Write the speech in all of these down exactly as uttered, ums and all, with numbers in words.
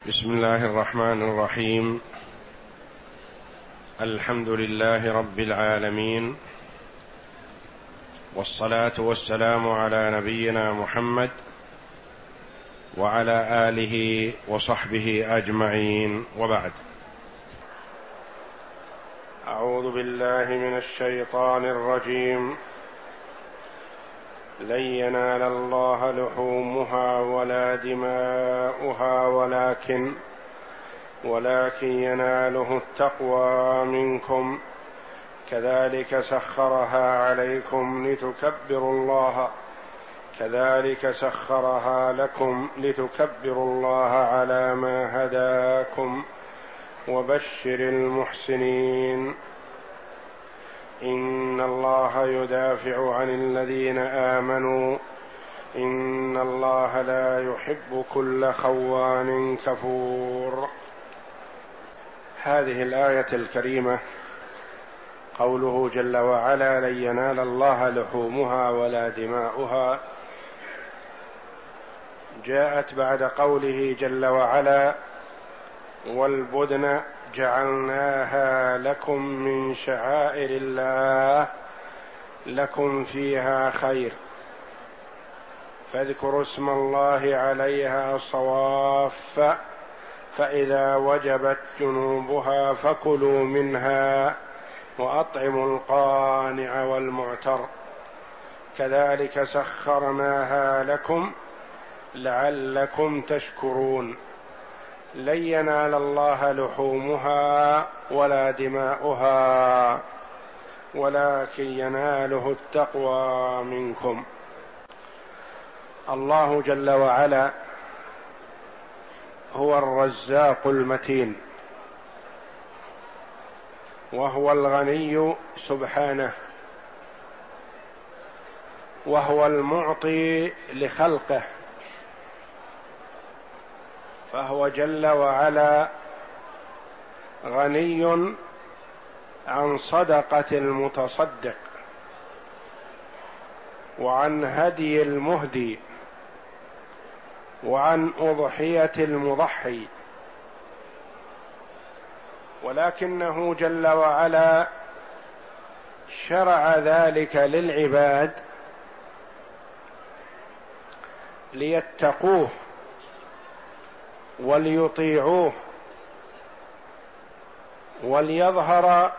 بسم الله الرحمن الرحيم. الحمد لله رب العالمين، والصلاة والسلام على نبينا محمد وعلى آله وصحبه أجمعين، وبعد. أعوذ بالله من الشيطان الرجيم. لن ينال الله لحومها ولا دماؤها ولكن ولكن يناله التقوى منكم، كذلك سخرها عليكم لتكبروا الله كذلك سخرها لكم لتكبروا الله على ما هداكم وبشر المحسنين. إن الله يدافع عن الذين آمنوا إن الله لا يحب كل خوان كفور. هذه الآية الكريمة قوله جل وعلا: لن ينال الله لحومها ولا دماؤها، جاءت بعد قوله جل وعلا: والبدن جعلناها لكم من شعائر الله لكم فيها خير فاذكروا اسم الله عليها صواف فإذا وجبت جنوبها فكلوا منها وأطعموا القانع والمعتر كذلك سخرناها لكم لعلكم تشكرون. لن ينال الله لحومها ولا دماؤها ولكن يناله التقوى منكم. الله جل وعلا هو الرزاق المتين، وهو الغني سبحانه، وهو المعطي لخلقه، فهو جل وعلا غني عن صدقة المتصدق وعن هدي المهدي وعن أضحية المضحي، ولكنه جل وعلا شرع ذلك للعباد ليتقوه وليطيعوه، وليظهر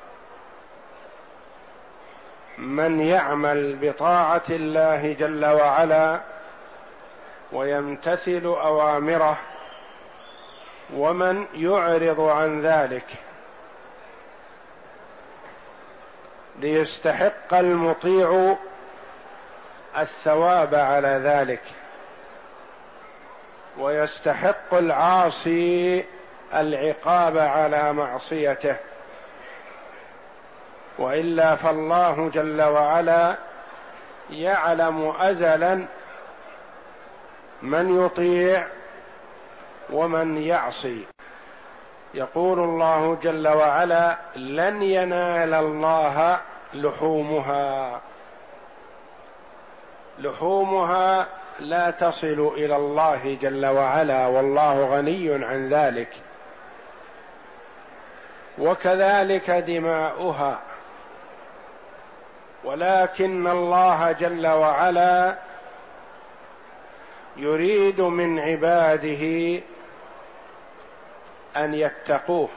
من يعمل بطاعة الله جل وعلا ويمتثل أوامره ومن يعرض عن ذلك، ليستحق المطيع الثواب على ذلك ويستحق العاصي العقاب على معصيته. وإلا فالله جل وعلا يعلم أزلا من يطيع ومن يعصي. يقول الله جل وعلا: لن ينال الله لحومها. لحومها لا تصل إلى الله جل وعلا، والله غني عن ذلك، وكذلك دماؤها، ولكن الله جل وعلا يريد من عباده أن يتقوه،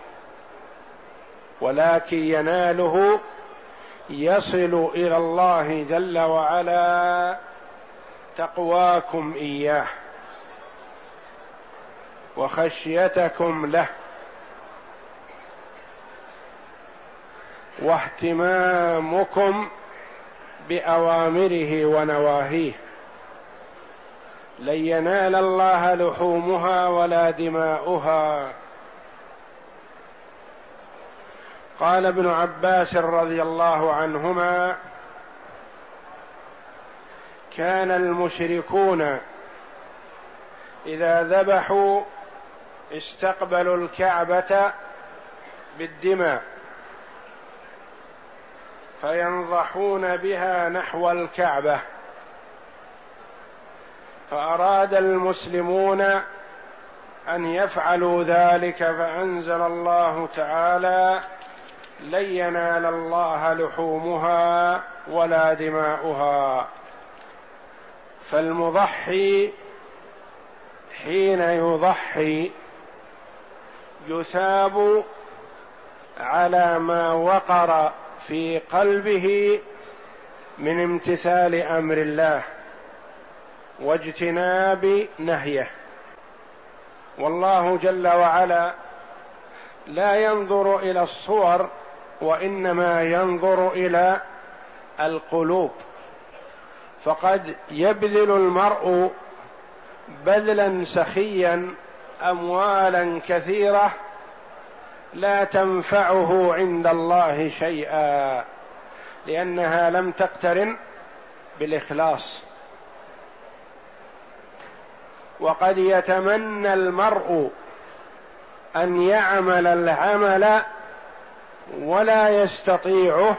ولكن يناله يصل إلى الله جل وعلا تقواكم إياه وخشيتكم له واهتمامكم بأوامره ونواهيه. لن ينال الله لحومها ولا دماؤها. قال ابن عباس رضي الله عنهما: كان المشركون إذا ذبحوا استقبلوا الكعبة بالدماء فينضحون بها نحو الكعبة، فأراد المسلمون أن يفعلوا ذلك، فأنزل الله تعالى: لن ينال الله لحومها ولا دماؤها. فالمضحي حين يضحي يثاب على ما وقر في قلبه من امتثال أمر الله واجتناب نهيه. والله جل وعلا لا ينظر إلى الصور، وإنما ينظر إلى القلوب. فقد يبذل المرء بذلا سخيا أموالا كثيرة لا تنفعه عند الله شيئا، لأنها لم تقترن بالإخلاص. وقد يتمنى المرء أن يعمل العمل ولا يستطيعه،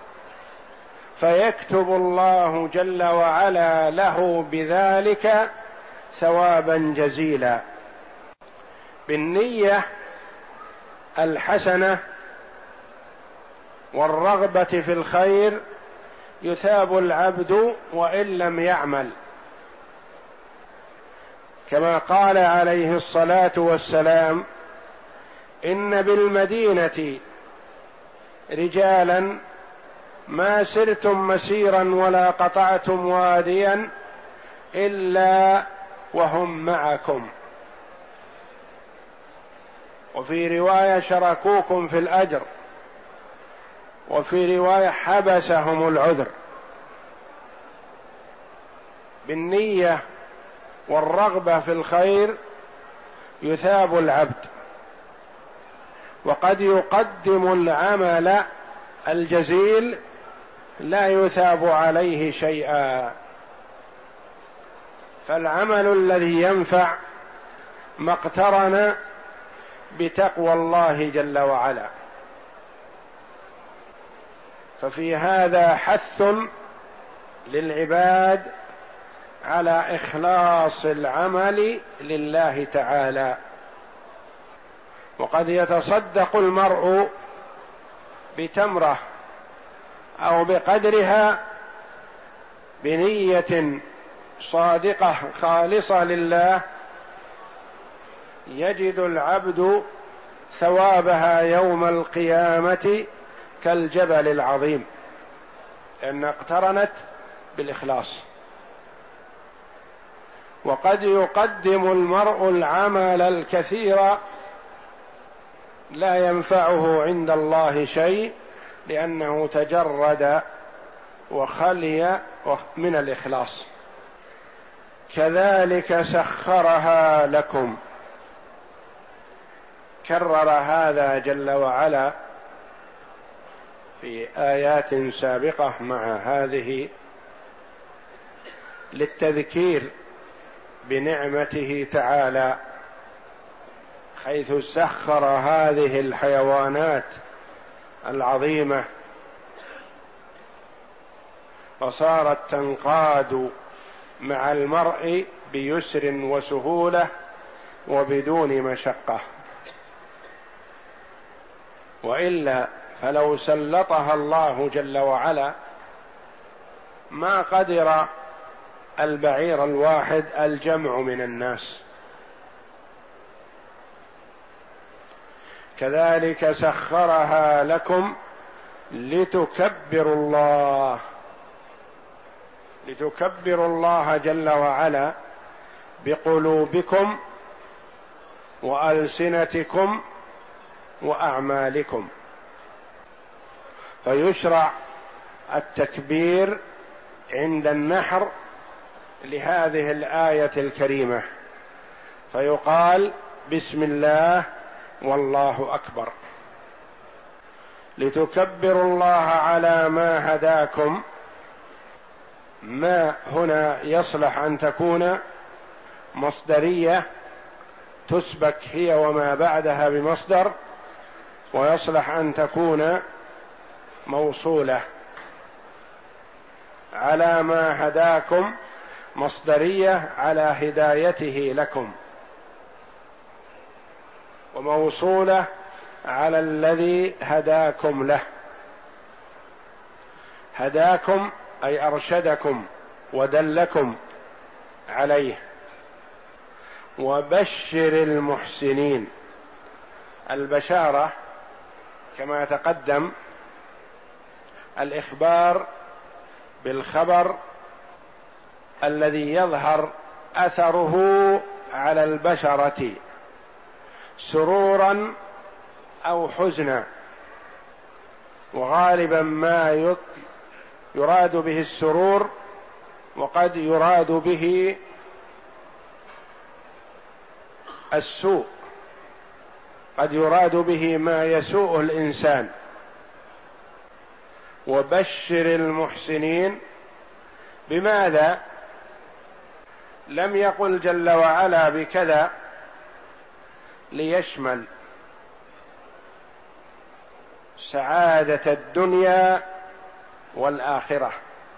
فيكتب الله جل وعلا له بذلك ثوابا جزيلا. بالنية الحسنة والرغبة في الخير يثاب العبد وإن لم يعمل، كما قال عليه الصلاة والسلام: إن بالمدينة رجالا ما سرتم مسيرا ولا قطعتم واديا إلا وهم معكم، وفي رواية شركوكم في الأجر، وفي رواية حبسهم العذر. بالنية والرغبة في الخير يثاب العبد، وقد يقدم العمل الجزيل لا يثاب عليه شيئا. فالعمل الذي ينفع ما اقترن بتقوى الله جل وعلا. ففي هذا حث للعباد على إخلاص العمل لله تعالى. وقد يتصدق المرء بتمرة أو بقدرها بنية صادقة خالصة لله، يجد العبد ثوابها يوم القيامة كالجبل العظيم، لأن اقترنت بالإخلاص. وقد يقدم المرء العمل الكثير لا ينفعه عند الله شيء، لأنه تجرد وخلي من الإخلاص. كذلك سخرها لكم، كرر هذا جل وعلا في آيات سابقة مع هذه للتذكير بنعمته تعالى، حيث سخر هذه الحيوانات العظيمة فصارت تنقاد مع المرء بيسر وسهولة وبدون مشقة. وإلا فلو سلطها الله جل وعلا ما قدر البعير الواحد الجمع من الناس. كذلك سخرها لكم لتكبروا الله، لتكبروا الله جل وعلا بقلوبكم وألسنتكم وأعمالكم. فيشرع التكبير عند النحر لهذه الآية الكريمة، فيقال: بسم الله والله أكبر، لتكبروا الله على ما هداكم. ما هنا يصلح أن تكون مصدرية تسبك هي وما بعدها بمصدر، ويصلح أن تكون موصولة. على ما هداكم مصدرية على هدايته لكم، وموصولة على الذي هداكم له. هداكم أي أرشدكم ودلكم عليه. وبشر المحسنين. البشارة كما تقدم الإخبار بالخبر الذي يظهر أثره على البشرة سرورا أو حزنا، وغالبا ما يراد به السرور، وقد يراد به السوء، قد يراد به ما يسوء الإنسان. وبشر المحسنين. بماذا؟ لم يقل جل وعلا بكذا ليشمل سعادة الدنيا والآخرة.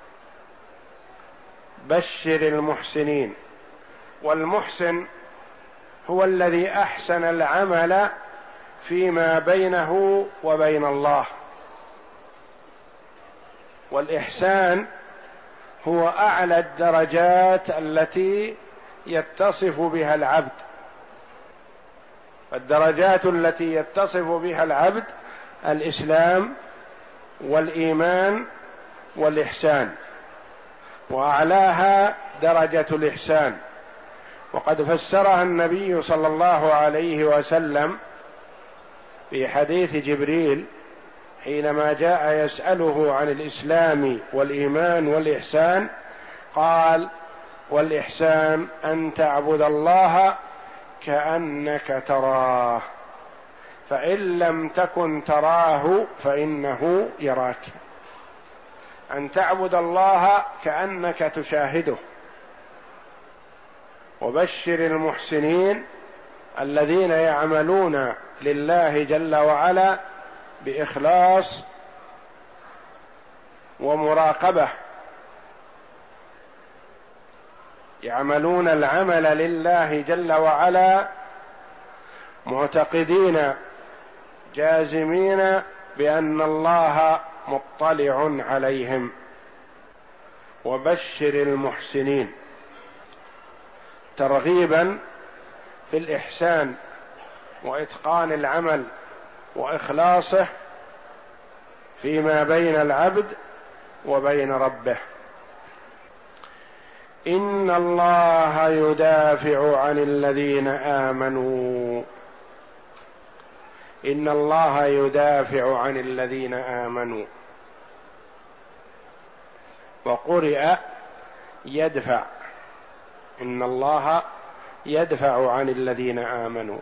بشر المحسنين. والمحسن هو الذي أحسن العمل فيما بينه وبين الله. والإحسان هو أعلى الدرجات التي يتصف بها العبد. الدرجات التي يتصف بها العبد الإسلام والإيمان والإحسان، وأعلاها درجة الإحسان. وقد فسرها النبي صلى الله عليه وسلم في حديث جبريل حينما جاء يسأله عن الإسلام والإيمان والإحسان، قال: والإحسان أن تعبد الله كأنك تراه فإن لم تكن تراه فإنه يراك. أن تعبد الله كأنك تشاهده. وبشر المحسنين الذين يعملون لله جل وعلا بإخلاص ومراقبة، يعملون العمل لله جل وعلا معتقدين جازمين بأن الله مطلع عليهم. وبشر المحسنين ترغيبا في الإحسان وإتقان العمل وإخلاصه فيما بين العبد وبين ربه. إن الله يدافع عن الذين آمنوا. إن الله يدافع عن الذين آمنوا. وقرئ يدفع. إن الله يدفع عن الذين آمنوا.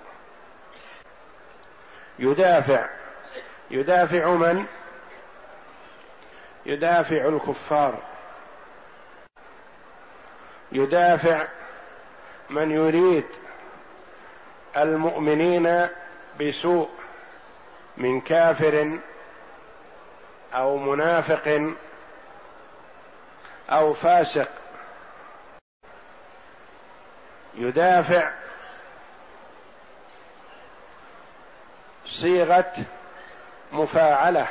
يدافع. يدافع من؟ يدافع الكفار. يدافع من يريد المؤمنين بسوء من كافر أو منافق أو فاسق. يدافع صيغة مفاعلة،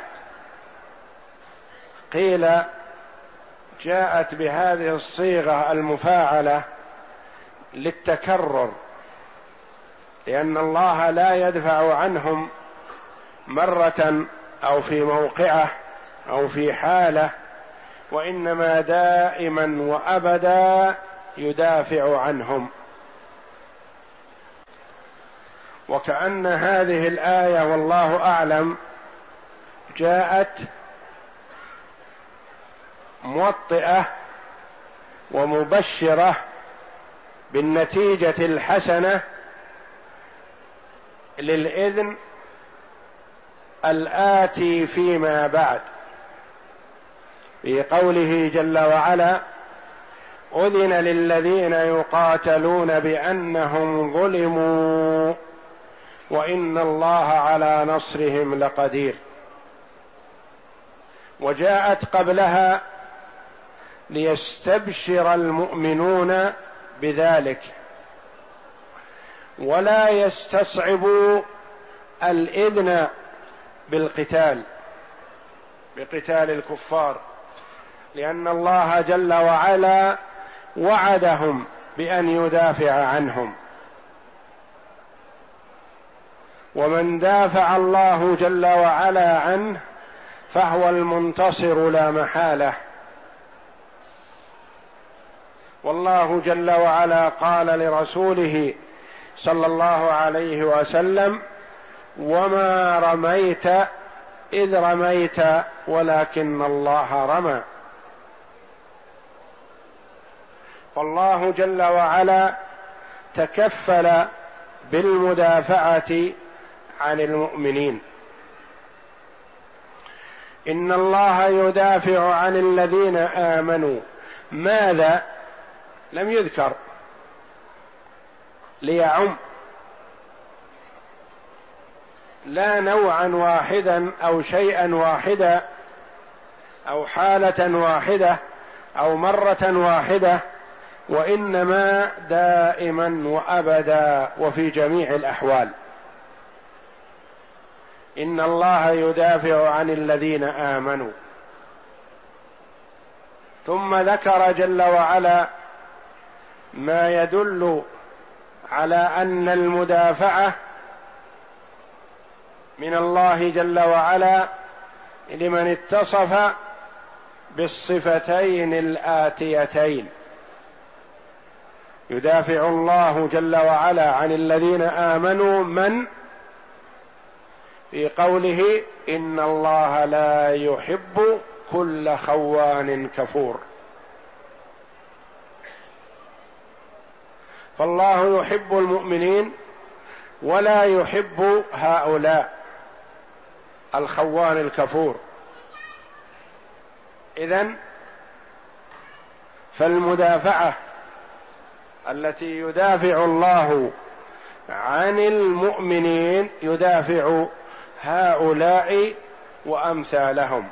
قيل جاءت بهذه الصيغة المفاعلة للتكرر، لأن الله لا يدفع عنهم مرة أو في موقعة أو في حالة، وإنما دائما وأبدا يدافع عنهم. وكأن هذه الآية والله أعلم جاءت موطئة ومبشرة بالنتيجة الحسنة للإذن الآتي فيما بعد، في قوله جل وعلا: أذن للذين يقاتلون بأنهم ظلموا وإن الله على نصرهم لقدير. وجاءت قبلها ليستبشر المؤمنون بذلك ولا يستصعبوا الإذن بالقتال، بقتال الكفار، لأن الله جل وعلا وعدهم بأن يدافع عنهم، ومن دافع الله جل وعلا عنه فهو المنتصر لا محالة. والله جل وعلا قال لرسوله صلى الله عليه وسلم: وما رميت إذ رميت ولكن الله رمى. فالله جل وعلا تكفل بالمدافعة عن المؤمنين. إن الله يدافع عن الذين آمنوا. ماذا؟ لم يذكر ليعم، لا نوعا واحدا أو شيئا واحدا أو حالة واحدة أو مرة واحدة، وإنما دائما وأبدا وفي جميع الأحوال. إن الله يدافع عن الذين آمنوا. ثم ذكر جل وعلا ما يدل على أن المدافعة من الله جل وعلا لمن اتصف بالصفتين الآتيتين. يدافع الله جل وعلا عن الذين آمنوا من؟ في قوله: إن الله لا يحب كل خوان كفور. فالله يحب المؤمنين ولا يحب هؤلاء الخوان الكفور. إذن فالمدافعة التي يدافع الله عن المؤمنين يدافع هؤلاء وأمثالهم.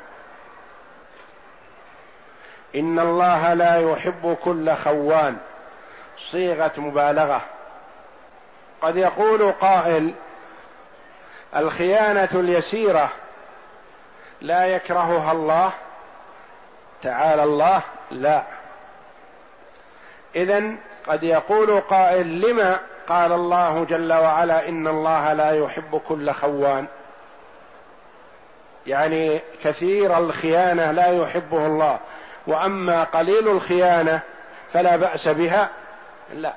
إن الله لا يحب كل خوان، صيغة مبالغة. قد يقول قائل: الخيانة اليسيرة لا يكرهها الله تعالى الله؟ لا. إذن قد يقول قائل: لما قال الله جل وعلا إن الله لا يحب كل خوان؟ يعني كثير الخيانة لا يحبه الله، وأما قليل الخيانة فلا بأس بها؟ لا.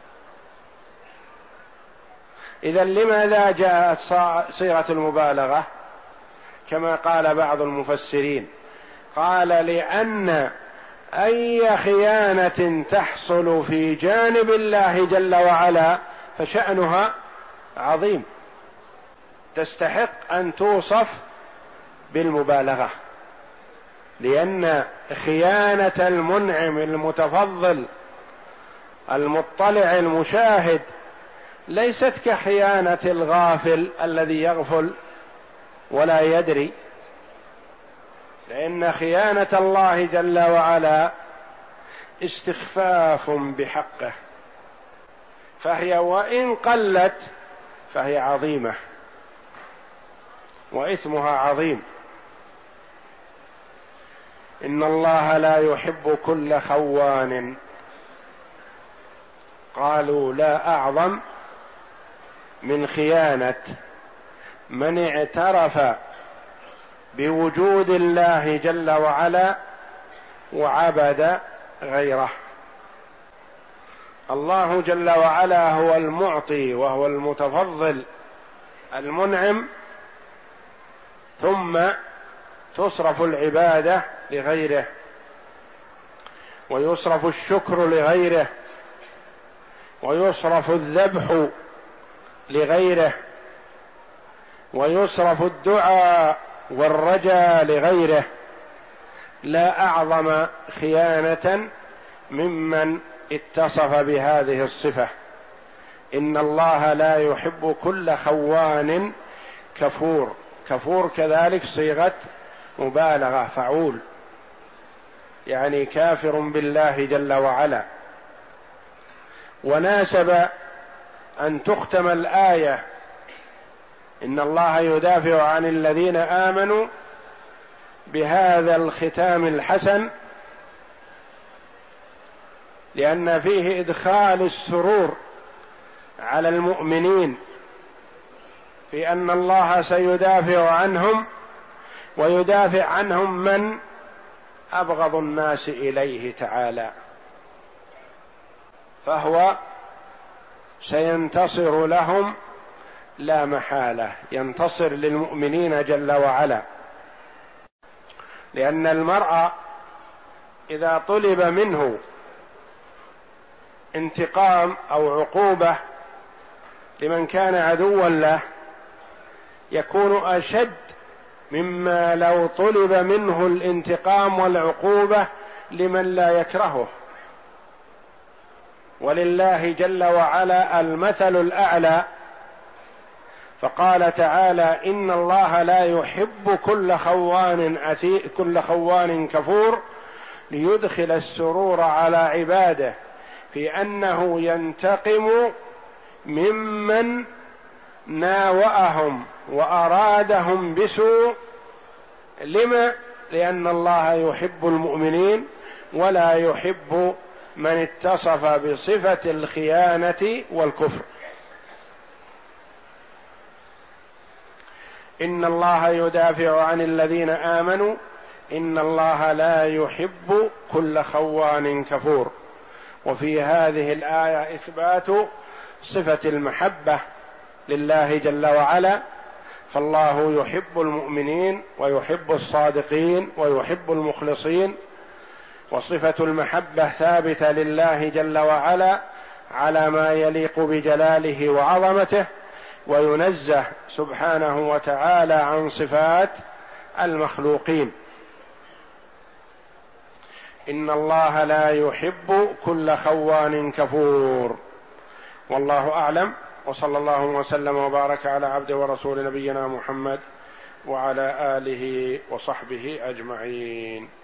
إذن لماذا جاءت صيغة المبالغة كما قال بعض المفسرين؟ قال: لأن أي خيانة تحصل في جانب الله جل وعلا فشأنها عظيم، تستحق أن توصف بالمبالغة، لأن خيانة المنعم المتفضل المطلع المشاهد ليست كخيانة الغافل الذي يغفل ولا يدري، لأن خيانة الله جل وعلا استخفاف بحقه، فهي وإن قلت فهي عظيمة وإثمها عظيم. إن الله لا يحب كل خوان. قالوا: لا أعظم من خيانة من اعترف بوجود الله جل وعلا وعبد غيره. الله جل وعلا هو المعطي وهو المتفضل المنعم، ثم تصرف العبادة لغيره ويصرف الشكر لغيره ويصرف الذبح لغيره ويصرف الدعاء والرجاء لغيره. لا أعظم خيانة ممن اتصف بهذه الصفة. إن الله لا يحب كل خوان كفور. كفور كذلك صيغة مبالغة، فعول، يعني كافر بالله جل وعلا. وناسب أن تختم الآية إن الله يدافع عن الذين آمنوا بهذا الختام الحسن، لأن فيه إدخال السرور على المؤمنين في أن الله سيدافع عنهم، ويدافع عنهم من أبغض الناس إليه تعالى، فهو سينتصر لهم لا محالة، ينتصر للمؤمنين جل وعلا. لأن المرء إذا طلب منه انتقام أو عقوبة لمن كان عدوا له يكون أشد مما لو طلب منه الانتقام والعقوبة لمن لا يكرهه. ولله جل وعلا المثل الأعلى، فقال تعالى: إن الله لا يحب كل خوان أثيم كل خوان كفور، ليدخل السرور على عباده في أنه ينتقم ممن ناوأهم وأرادهم بسوء. لما؟ لأن الله يحب المؤمنين ولا يحب من اتصف بصفة الخيانة والكفر. إن الله يدافع عن الذين آمنوا إن الله لا يحب كل خوان كفور. وفي هذه الآية إثبات صفة المحبة لله جل وعلا، فالله يحب المؤمنين ويحب الصادقين ويحب المخلصين، وصفة المحبة ثابتة لله جل وعلا على ما يليق بجلاله وعظمته، وينزه سبحانه وتعالى عن صفات المخلوقين. إن الله لا يحب كل خوان كفور. والله أعلم، وصلى الله وسلم وبارك على عبد ورسول نبينا محمد وعلى آله وصحبه أجمعين.